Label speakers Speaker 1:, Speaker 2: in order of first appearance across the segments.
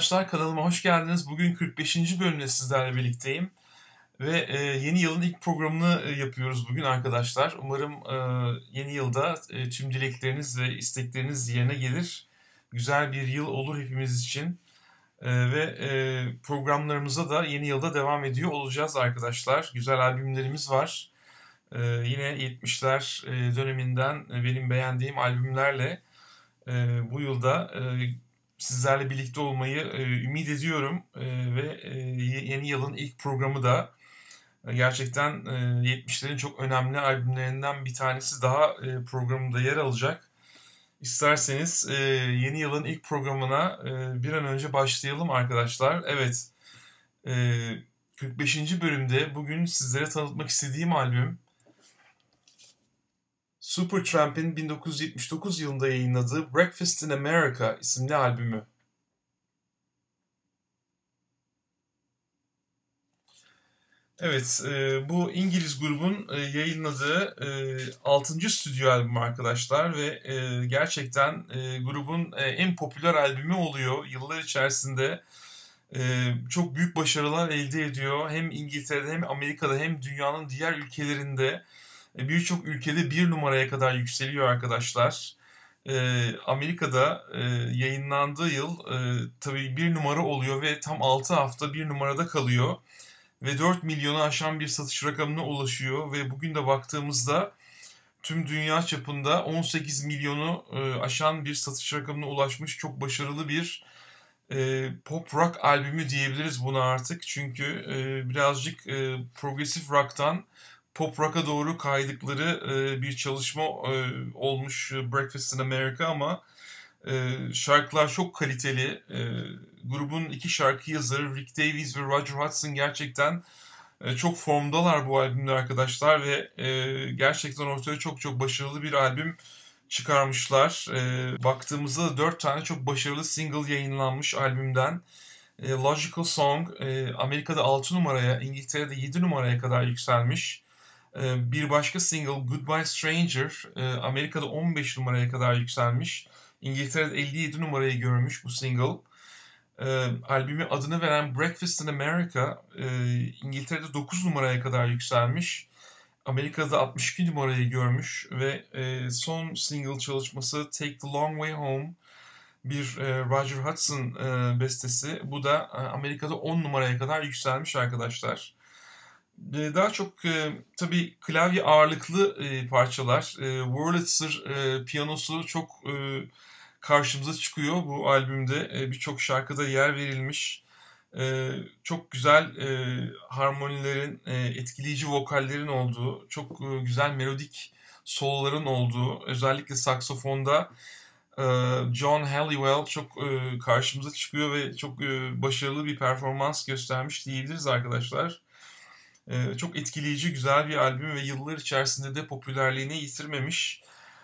Speaker 1: Arkadaşlar kanalıma hoş geldiniz. Bugün 45. bölümle sizlerle birlikteyim. Ve yeni yılın ilk programını yapıyoruz bugün arkadaşlar. Umarım yeni yılda tüm dilekleriniz ve istekleriniz yerine gelir. Güzel bir yıl olur hepimiz için. Programlarımıza da yeni yılda devam ediyor olacağız arkadaşlar. Güzel albümlerimiz var. Yine 70'ler döneminden benim beğendiğim albümlerle bu yılda sizlerle birlikte olmayı ümit ediyorum. Yeni yılın ilk programı da gerçekten 70'lerin çok önemli albümlerinden bir tanesi daha programımda yer alacak. İsterseniz yeni yılın ilk programına bir an önce başlayalım arkadaşlar. Evet, e, 45. bölümde bugün sizlere tanıtmak istediğim albüm Supertramp'in 1979 yılında yayınladığı Breakfast in America isimli albümü. Evet, bu İngiliz grubun yayınladığı 6. stüdyo albümü arkadaşlar ve gerçekten grubun en popüler albümü oluyor. Yıllar içerisinde çok büyük başarılar elde ediyor. Hem İngiltere'de hem Amerika'da hem dünyanın diğer ülkelerinde birçok ülkede bir numaraya kadar yükseliyor arkadaşlar. Amerika'da yayınlandığı yıl tabii bir numara oluyor ve tam 6 hafta bir numarada kalıyor ve 4 milyonu aşan bir satış rakamına ulaşıyor ve bugün de baktığımızda tüm dünya çapında 18 milyonu aşan bir satış rakamına ulaşmış çok başarılı bir pop rock albümü diyebiliriz buna artık. Çünkü birazcık progressive rock'tan pop rock'a doğru kaydıkları bir çalışma olmuş Breakfast in America ama şarkılar çok kaliteli. Grubun iki şarkı yazarı Rick Davies ve Roger Hodgson gerçekten çok formdalar bu albümde arkadaşlar ve gerçekten ortaya çok çok başarılı bir albüm çıkarmışlar. Baktığımızda da 4 tane çok başarılı single yayınlanmış albümden. Logical Song Amerika'da 6 numaraya, İngiltere'de 7 numaraya kadar yükselmiş. Bir başka single Goodbye Stranger Amerika'da 15 numaraya kadar yükselmiş. İngiltere'de 57 numarayı görmüş bu single. Albümü adını veren Breakfast in America İngiltere'de 9 numaraya kadar yükselmiş. Amerika'da 62 numarayı görmüş ve son single çalışması Take the Long Way Home bir Roger Hodgson bestesi. Bu da Amerika'da 10 numaraya kadar yükselmiş arkadaşlar. Daha çok tabii klavye ağırlıklı parçalar. Wurlitzer piyanosu çok karşımıza çıkıyor bu albümde. Birçok şarkıda yer verilmiş. Çok güzel harmonilerin, etkileyici vokallerin olduğu, çok güzel melodik soloların olduğu, özellikle saksafonda John Halliwell çok karşımıza çıkıyor ve çok başarılı bir performans göstermiş diyebiliriz arkadaşlar. Çok etkileyici, güzel bir albüm ve yıllar içerisinde de popülerliğini yitirmemiş.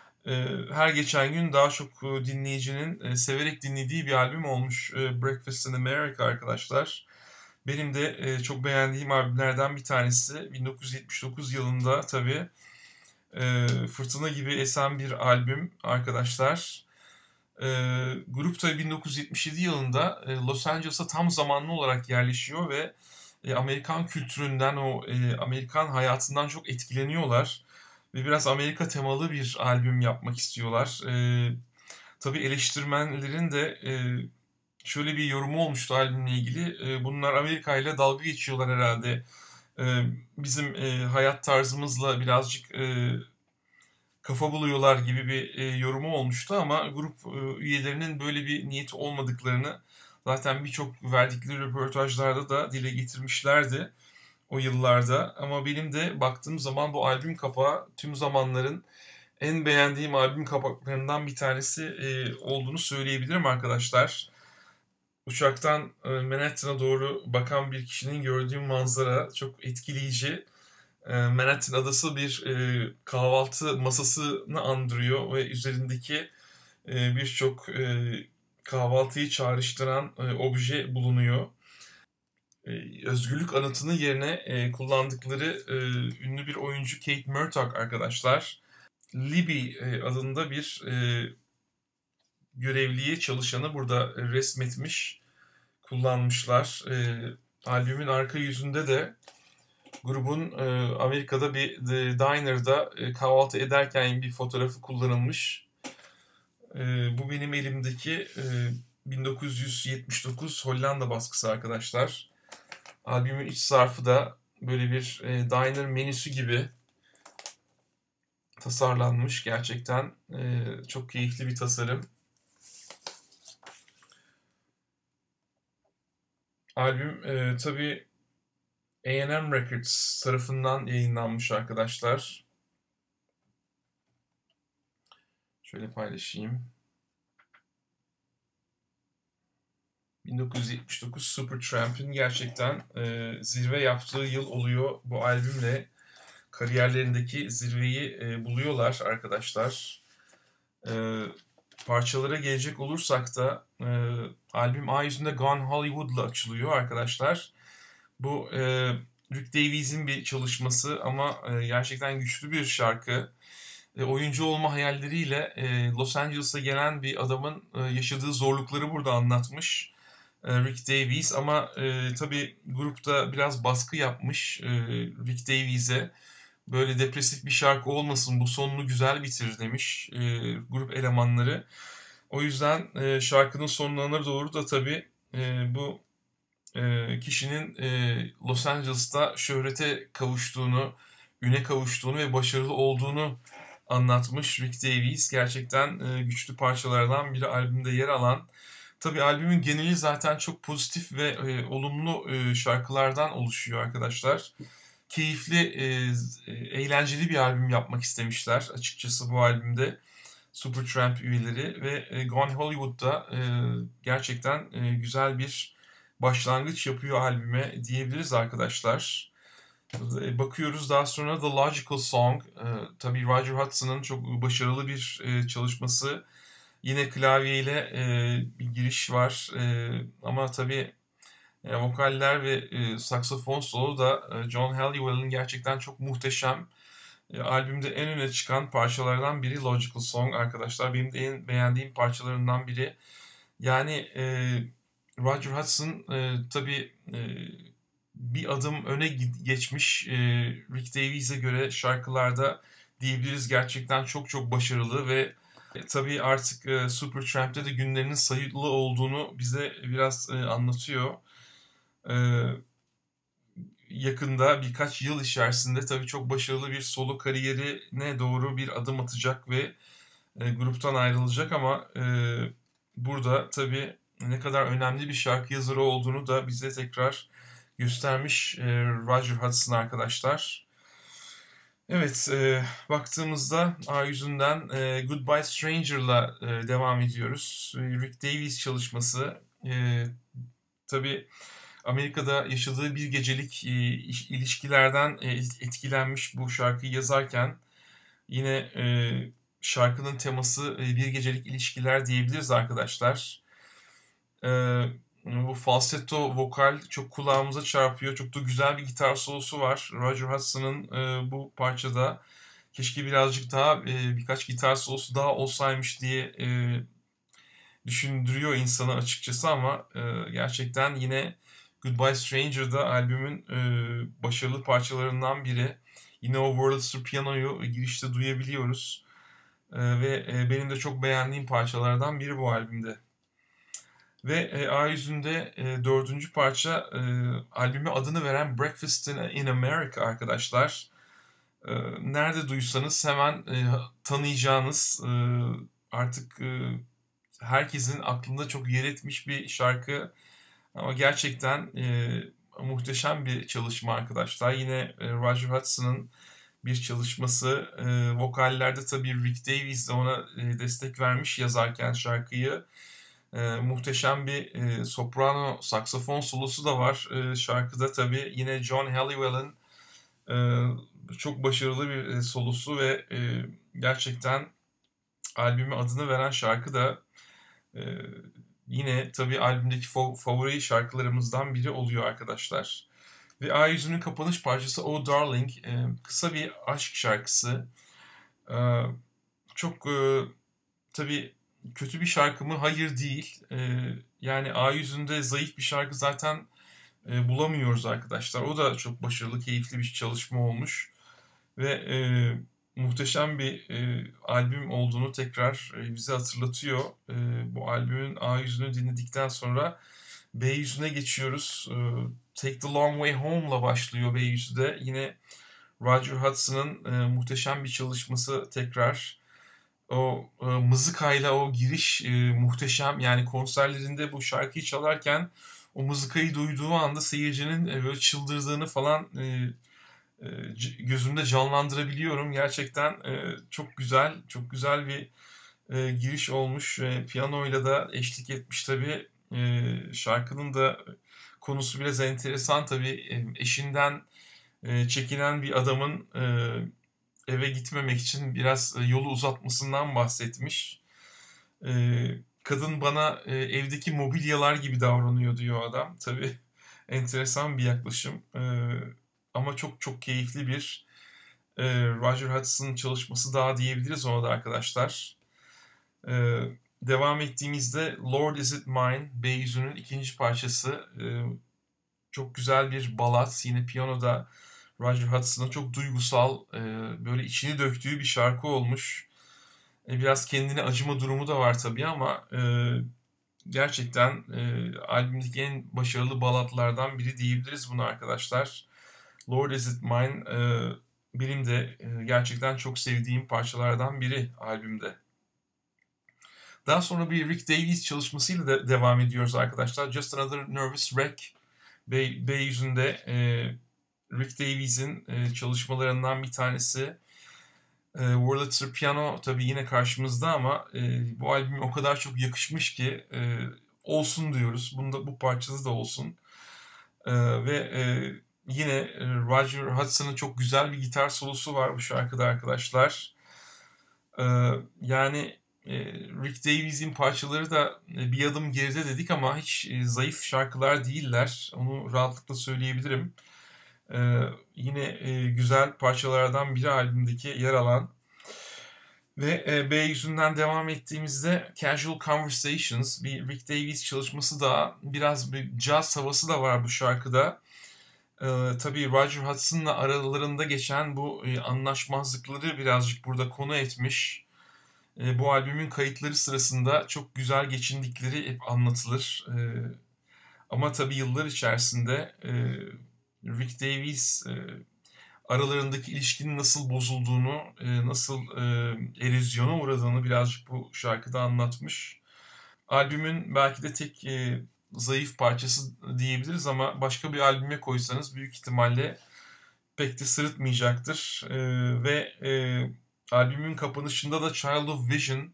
Speaker 1: Her geçen gün daha çok dinleyicinin severek dinlediği bir albüm olmuş Breakfast in America arkadaşlar. Benim de çok beğendiğim albümlerden bir tanesi. 1979 yılında tabii fırtına gibi esen bir albüm arkadaşlar. Grup tabii 1977 yılında Los Angeles'a tam zamanlı olarak yerleşiyor ve Amerikan kültüründen, o Amerikan hayatından çok etkileniyorlar. Ve biraz Amerika temalı bir albüm yapmak istiyorlar. Tabii eleştirmenlerin de şöyle bir yorumu olmuştu albümle ilgili. Bunlar Amerika ile dalga geçiyorlar herhalde. Bizim hayat tarzımızla birazcık kafa buluyorlar gibi bir yorumu olmuştu ama grup üyelerinin böyle bir niyeti olmadıklarını zaten birçok verdikleri röportajlarda da dile getirmişlerdi o yıllarda. Ama benim de baktığım zaman bu albüm kapağı tüm zamanların en beğendiğim albüm kapaklarından bir tanesi olduğunu söyleyebilirim arkadaşlar. Uçaktan Manhattan'a doğru bakan bir kişinin gördüğüm manzara çok etkileyici. Manhattan adası bir kahvaltı masasını andırıyor ve üzerindeki birçok kahvaltıyı çağrıştıran obje bulunuyor. Özgürlük anıtını yerine kullandıkları ünlü bir oyuncu Kate Murdock arkadaşlar. Libby adında bir görevliye çalışanı burada resmetmiş. kullanmışlar. Albümün arka yüzünde de grubun Amerika'da bir diner'da kahvaltı ederken bir fotoğrafı kullanılmış. Bu benim elimdeki 1979 Hollanda baskısı arkadaşlar. Albümün iç zarfı da böyle bir diner menüsü gibi tasarlanmış. Gerçekten çok keyifli bir tasarım. Albüm tabii A&M Records tarafından yayınlanmış arkadaşlar. Şöyle paylaşayım. 1979 Supertramp'in gerçekten zirve yaptığı yıl oluyor. Bu albümle kariyerlerindeki zirveyi buluyorlar arkadaşlar. Parçalara gelecek olursak da albüm A yüzünde Gone Hollywood'la açılıyor arkadaşlar. Bu Rick Davies'in bir çalışması ama gerçekten güçlü bir şarkı. Oyuncu olma hayalleriyle Los Angeles'a gelen bir adamın yaşadığı zorlukları burada anlatmış Rick Davies. Ama tabii grupta biraz baskı yapmış Rick Davies'e. Böyle depresif bir şarkı olmasın, bu sonunu güzel bitir demiş grup elemanları. O yüzden şarkının sonlarına doğru da tabii bu kişinin Los Angeles'ta şöhrete kavuştuğunu, üne kavuştuğunu ve başarılı olduğunu anlatmış Rick Davies. Gerçekten güçlü parçalardan biri albümde yer alan. Tabii albümün geneli zaten çok pozitif ve olumlu şarkılardan oluşuyor arkadaşlar. Keyifli, eğlenceli bir albüm yapmak istemişler açıkçası bu albümde Supertramp üyeleri ve Gone Hollywood'da gerçekten güzel bir başlangıç yapıyor albüme diyebiliriz arkadaşlar. Bakıyoruz daha sonra The Logical Song. Tabii Roger Hudson'ın çok başarılı bir çalışması. Yine klavyeyle bir giriş var. Ama tabii vokaller ve saksafon solo da John Halliwell'in gerçekten çok muhteşem. Albümde en öne çıkan parçalardan biri Logical Song arkadaşlar. Benim de en beğendiğim parçalarından biri. Yani Roger Hudson tabii bir adım öne geçmiş Rick Davies'e göre şarkılarda diyebiliriz. Gerçekten çok çok başarılı ve tabii artık Supertramp'te de günlerinin sayılı olduğunu bize biraz anlatıyor. Yakında birkaç yıl içerisinde tabii çok başarılı bir solo kariyerine doğru bir adım atacak ve gruptan ayrılacak ama burada tabii ne kadar önemli bir şarkı yazarı olduğunu da bize tekrar göstermiş Roger Hudson arkadaşlar. Evet, baktığımızda A yüzünden Goodbye Stranger'la devam ediyoruz. Rick Davies çalışması. Tabii Amerika'da yaşadığı bir gecelik ilişkilerden etkilenmiş bu şarkıyı yazarken yine şarkının teması bir gecelik ilişkiler diyebiliriz arkadaşlar. Bu falsetto vokal çok kulağımıza çarpıyor. Çok da güzel bir gitar solosu var. Roger Hudson'ın bu parçada keşke birazcık daha birkaç gitar solosu daha olsaymış diye düşündürüyor insanı açıkçası ama gerçekten yine Goodbye Stranger'da albümün başarılı parçalarından biri. Yine o Wurlitzer piyanoyu girişte duyabiliyoruz. Ve benim de çok beğendiğim parçalardan biri bu albümde. Ve A yüzünde dördüncü parça albüme adını veren Breakfast in America arkadaşlar. Nerede duysanız hemen tanıyacağınız artık herkesin aklında çok yer etmiş bir şarkı. Ama gerçekten muhteşem bir çalışma arkadaşlar. Yine Roger Hudson'ın bir çalışması. Vokallerde tabii Rick Davies de ona destek vermiş yazarken şarkıyı. Muhteşem bir soprano saksafon solosu da var şarkıda tabii. Yine John Halliwell'in çok başarılı bir solosu ve gerçekten albüme adını veren şarkı da yine tabii albümdeki favori şarkılarımızdan biri oluyor arkadaşlar. Ve A yüzünün kapanış parçası Oh Darling. Kısa bir aşk şarkısı. Çok tabii kötü bir şarkı mı? Hayır değil. Yani A1'ünde zayıf bir şarkı zaten bulamıyoruz arkadaşlar. O da çok başarılı, keyifli bir çalışma olmuş. Ve muhteşem bir albüm olduğunu tekrar bize hatırlatıyor. Bu albümün A1'ünü dinledikten sonra B1'üne geçiyoruz. Take the Long Way Home'la başlıyor B100'de. Yine Roger Hudson'ın muhteşem bir çalışması tekrar. O mızıkayla o giriş muhteşem. Yani konserlerinde bu şarkıyı çalarken o mızıkayı duyduğu anda seyircinin böyle çıldırdığını falan gözümde canlandırabiliyorum. Gerçekten çok güzel, çok güzel bir giriş olmuş. Piyanoyla da eşlik etmiş tabii. Şarkının da konusu biraz enteresan tabii. Eşinden çekinen bir adamın eve gitmemek için biraz yolu uzatmasından bahsetmiş. Kadın bana evdeki mobilyalar gibi davranıyor diyor adam. Tabii enteresan bir yaklaşım. Ama çok çok keyifli bir Roger Hudson çalışması daha diyebiliriz ona da arkadaşlar. Devam ettiğimizde Lord Is It Mine, B100'ünün ikinci parçası. Çok güzel bir balat. Yine piyanoda Roger Hudson'ın çok duygusal, böyle içini döktüğü bir şarkı olmuş. Biraz kendine acıma durumu da var tabii ama gerçekten albümdeki en başarılı balatlardan biri diyebiliriz bunu arkadaşlar. Lord Is It Mine benim de gerçekten çok sevdiğim parçalardan biri albümde. Daha sonra bir Rick Davies çalışmasıyla da devam ediyoruz arkadaşlar. Just Another Nervous Wreck. B100'ünde Rick Davies'in çalışmalarından bir tanesi. Wurlitzer Piano tabii yine karşımızda ama bu albüm o kadar çok yakışmış ki olsun diyoruz. Bunda bu parçası da olsun. Ve yine Roger Hudson'ın çok güzel bir gitar solosu var bu şarkıda arkadaşlar. Yani Rick Davies'in parçaları da bir adım geride dedik ama hiç zayıf şarkılar değiller. Onu rahatlıkla söyleyebilirim. Yine güzel parçalardan biri albümdeki yer alan. Ve B100'ünden devam ettiğimizde Casual Conversations, bir Rick Davies çalışması daha. Biraz bir jazz havası da var bu şarkıda. Tabii Roger Hudson'la aralarında geçen bu anlaşmazlıkları birazcık burada konu etmiş. Bu albümün kayıtları sırasında çok güzel geçindikleri hep anlatılır. Ama tabii yıllar içerisinde Rick Davies aralarındaki ilişkinin nasıl bozulduğunu, nasıl erozyona uğradığını birazcık bu şarkıda anlatmış. Albümün belki de tek zayıf parçası diyebiliriz ama başka bir albüme koysanız büyük ihtimalle pek de sırıtmayacaktır. Ve albümün kapanışında da Child of Vision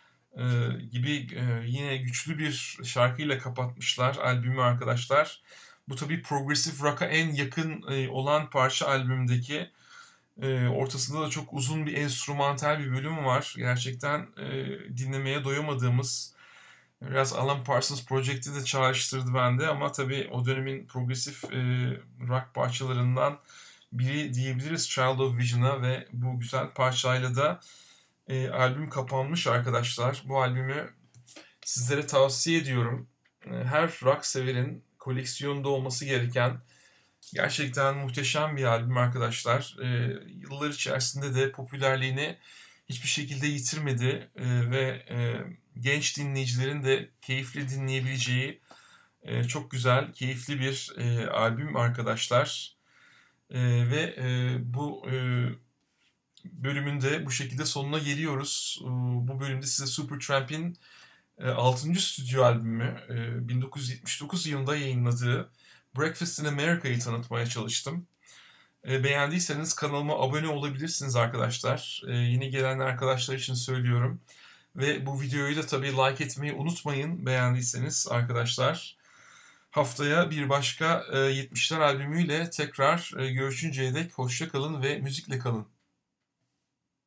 Speaker 1: gibi yine güçlü bir şarkıyla kapatmışlar albümü arkadaşlar. Bu tabii progressive rock'a en yakın olan parça albümdeki. Ortasında da çok uzun bir enstrümantal bir bölüm var. Gerçekten dinlemeye doyamadığımız, biraz Alan Parsons Project'i de çağrıştırdı bende ama tabii o dönemin progresif rock parçalarından biri diyebiliriz Child of Vision'a ve bu güzel parçayla da albüm kapanmış arkadaşlar. Bu albümü sizlere tavsiye ediyorum. Her rock severin koleksiyonda olması gereken gerçekten muhteşem bir albüm arkadaşlar. Yıllar içerisinde de popülerliğini hiçbir şekilde yitirmedi ve genç dinleyicilerin de keyifli dinleyebileceği çok güzel, keyifli bir albüm arkadaşlar. Ve bu bölümün de bu şekilde sonuna geliyoruz. Bu bölümde size Supertramp'in 6. stüdyo albümü 1979 yılında yayınladığı Breakfast in America'yı tanıtmaya çalıştım. Beğendiyseniz kanalıma abone olabilirsiniz arkadaşlar. Yeni gelen arkadaşlar için söylüyorum. Ve bu videoyu da tabii like etmeyi unutmayın beğendiyseniz arkadaşlar. Haftaya bir başka 70'ler albümüyle tekrar görüşünceye dek hoşça kalın ve müzikle kalın.